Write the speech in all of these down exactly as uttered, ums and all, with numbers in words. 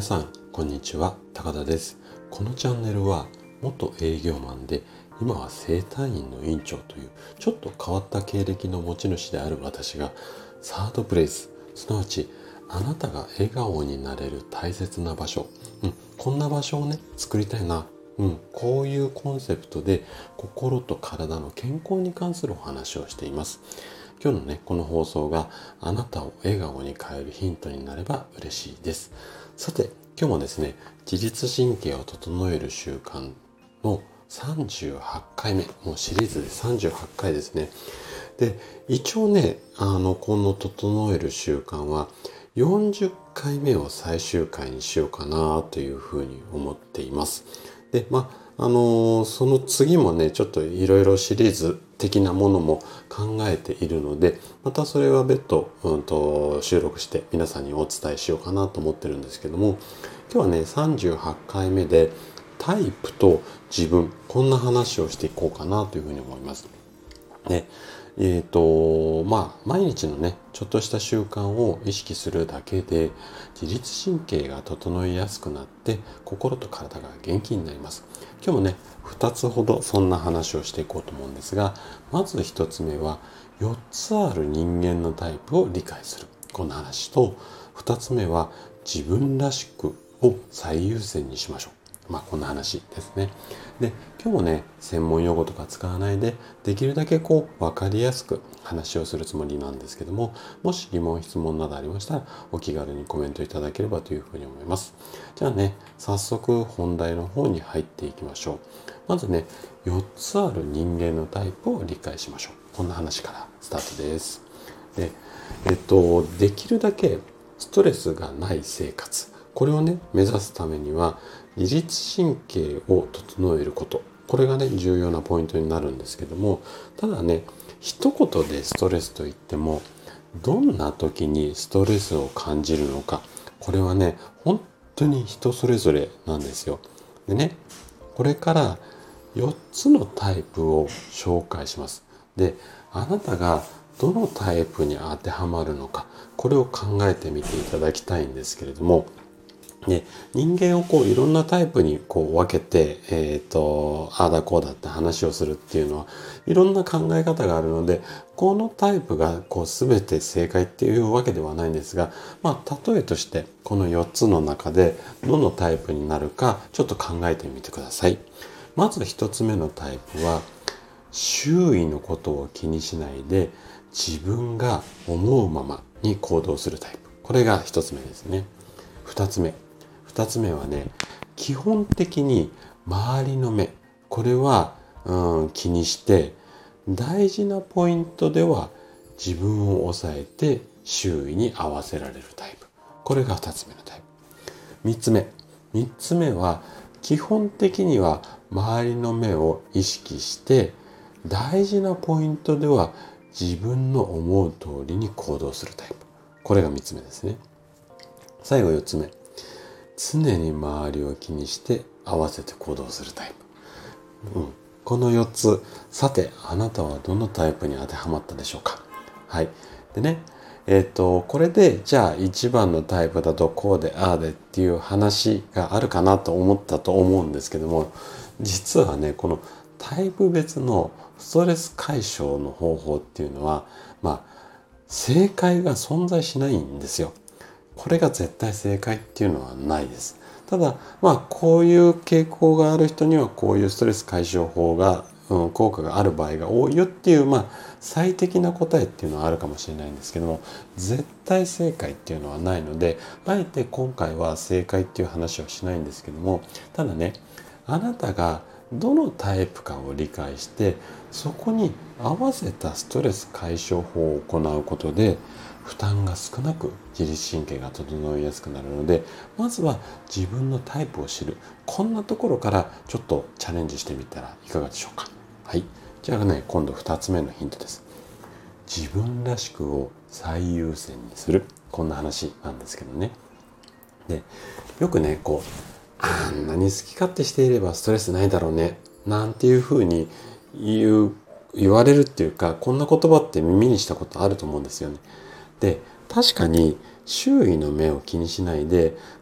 さんこんにちは、高田です。このチャンネルは元営業マンで今は整体院の院長というちょっと変わった経歴の持ち主である私がサードプレイス、すなわちあなたが笑顔になれる大切な場所、うん、こんな場所をね作りたいな、うん、こういうコンセプトで心と体の健康に関するお話をしています。今日のねこの放送があなたを笑顔に変えるヒントになれば嬉しいです。さて今日もですね、自律神経を整える習慣のさんじゅうはちかいめ、もうシリーズでさんじゅうはちかいですね。で一応ね、あのこの整える習慣はよんじゅっかいめを最終回にしようかなというふうに思っています。でまああのー、その次もねちょっといろいろシリーズ的なものも考えているので、またそれは別途、うん、と収録して皆さんにお伝えしようかなと思ってるんですけども、今日はねさんじゅうはちかいめでタイプと自分、こんな話をしていこうかなというふうに思います。ねえーとまあ毎日のねちょっとした習慣を意識するだけで自律神経が整いやすくなって心と体が元気になります。今日もねふたつほどそんな話をしていこうと思うんですが、まずひとつめはよっつある人間のタイプを理解する、こんな話と、ふたつめは自分らしくを最優先にしましょう。まあこんな話ですね。で今日もね専門用語とか使わないでできるだけこう分かりやすく話をするつもりなんですけども、もし疑問質問などありましたらお気軽にコメントいただければというふうに思います。じゃあね早速本題の方に入っていきましょう。まずねよっつある人間のタイプを理解しましょう。こんな話からスタートです。でえっとできるだけストレスがない生活、これをね目指すためには自律神経を整えること、これがね重要なポイントになるんですけども、ただね一言でストレスといってもどんな時にストレスを感じるのか、これはね本当に人それぞれなんですよ。でねこれからよっつのタイプを紹介します。であなたがどのタイプに当てはまるのか、これを考えてみていただきたいんですけれども、ね、人間をこういろんなタイプにこう分けて、えっと、ああだこうだって話をするっていうのはいろんな考え方があるので、このタイプがこう全て正解っていうわけではないんですが、まあ例えとしてこのよっつの中でどのタイプになるかちょっと考えてみてください。まずひとつめのタイプは周囲のことを気にしないで自分が思うままに行動するタイプ、これがひとつめですね。ふたつめ二つ目はね、基本的に周りの目、これは、うん、気にして大事なポイントでは自分を抑えて周囲に合わせられるタイプ、これが二つ目のタイプ。三つ目三つ目は基本的には周りの目を意識して大事なポイントでは自分の思う通りに行動するタイプ、これが三つ目ですね。最後四つ目、常に周りを気にして合わせて行動するタイプ、うん、このよっつ、さてあなたはどのタイプに当てはまったでしょうか。はい。でねえっとこれでじゃあいちばんのタイプだとこうでああでっていう話があるかなと思ったと思うんですけども、実はねこのタイプ別のストレス解消の方法っていうのはまあ正解が存在しないんですよ。これが絶対正解っていうのはないです。ただまあこういう傾向がある人にはこういうストレス解消法が、うん、効果がある場合が多いよっていう、まあ最適な答えっていうのはあるかもしれないんですけども、絶対正解っていうのはないので、あえて今回は正解っていう話はしないんですけども、ただねあなたがどのタイプかを理解してそこに合わせたストレス解消法を行うことで負担が少なく自律神経が整いやすくなるので、まずは自分のタイプを知る、こんなところからちょっとチャレンジしてみたらいかがでしょうか。はい。じゃあね今度ふたつめのヒントです。自分らしくを最優先にする、こんな話なんですけどね。でよくねこうあんなに好き勝手していればストレスないだろうねなんていうふうに言う言われるっていうか、こんな言葉って耳にしたことあると思うんですよね。で確かに周囲の目を気にしないで勝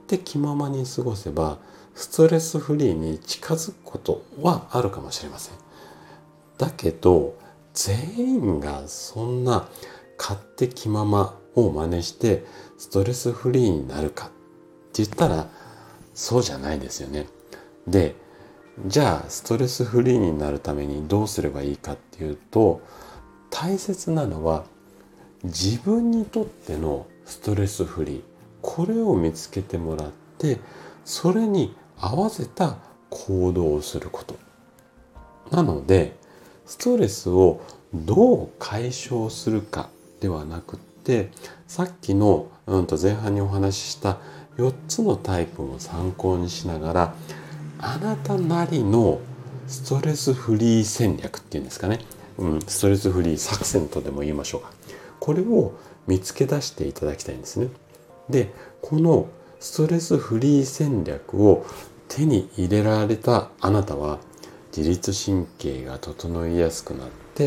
手気ままに過ごせばストレスフリーに近づくことはあるかもしれません。だけど全員がそんな勝手気ままを真似してストレスフリーになるかって言ったらそうじゃないですよね。で、じゃあストレスフリーになるためにどうすればいいかっていうと、大切なのは自分にとってのストレスフリー、これを見つけてもらって、それに合わせた行動をすること。なので、ストレスをどう解消するかではなくって、さっきの、うん、と前半にお話ししたよっつのタイプを参考にしながら、あなたなりのストレスフリー戦略っていうんですかね、うん、ストレスフリー作戦とでも言いましょうか。これを見つけ出していただきたいんですね。で、このストレスフリー戦略を手に入れられたあなたは、自律神経が整いやすくなって、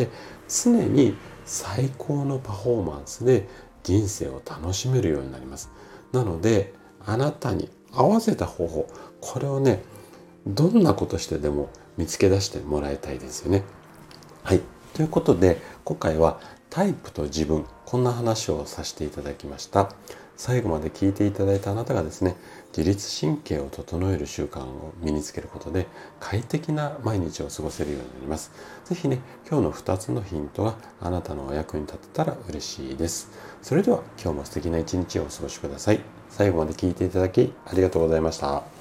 常に最高のパフォーマンスで人生を楽しめるようになります。なので、あなたに合わせた方法、これをね、どんなことしてでも見つけ出してもらいたいですよね。はい。ということで、今回はタイプと自分、こんな話をさせていただきました。最後まで聞いていただいたあなたがですね、自律神経を整える習慣を身につけることで快適な毎日を過ごせるようになります。ぜひね、今日のふたつのヒントがあなたのお役に立てたら嬉しいです。それでは今日も素敵な一日をお過ごしください。最後まで聞いていただきありがとうございました。